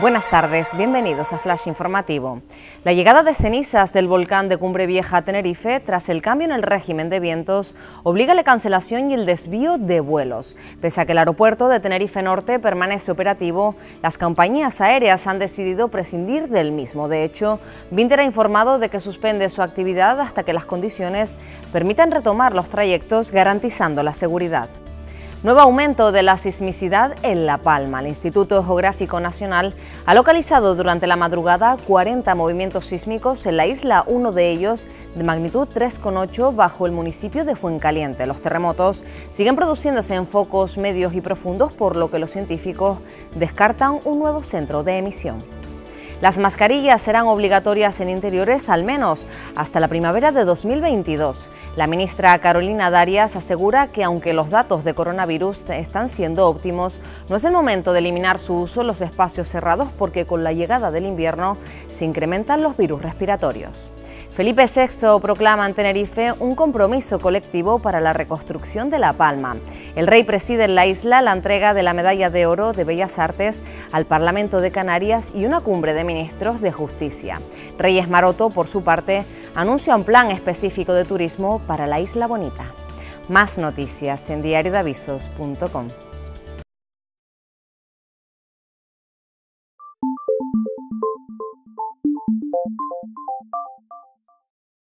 Buenas tardes, bienvenidos a Flash Informativo. La llegada de cenizas del volcán de Cumbre Vieja a Tenerife, tras el cambio en el régimen de vientos, obliga a la cancelación y el desvío de vuelos. Pese a que el aeropuerto de Tenerife Norte permanece operativo, las compañías aéreas han decidido prescindir del mismo. De hecho, Vinter ha informado de que suspende su actividad hasta que las condiciones permitan retomar los trayectos, garantizando la seguridad. Nuevo aumento de la sismicidad en La Palma. El Instituto Geográfico Nacional ha localizado durante la madrugada 40 movimientos sísmicos en la isla, uno de ellos de magnitud 3,8 bajo el municipio de Fuencaliente. Los terremotos siguen produciéndose en focos medios y profundos, por lo que los científicos descartan un nuevo centro de emisión. Las mascarillas serán obligatorias en interiores al menos hasta la primavera de 2022. La ministra Carolina Darias asegura que aunque los datos de coronavirus están siendo óptimos, no es el momento de eliminar su uso en los espacios cerrados, porque con la llegada del invierno se incrementan los virus respiratorios. Felipe VI proclama en Tenerife un compromiso colectivo para la reconstrucción de La Palma. El rey preside en la isla la entrega de la Medalla de Oro de Bellas Artes al Parlamento de Canarias y una cumbre de ministros de Justicia. Reyes Maroto, por su parte, anuncia un plan específico de turismo para la Isla Bonita. Más noticias en diariodeavisos.com.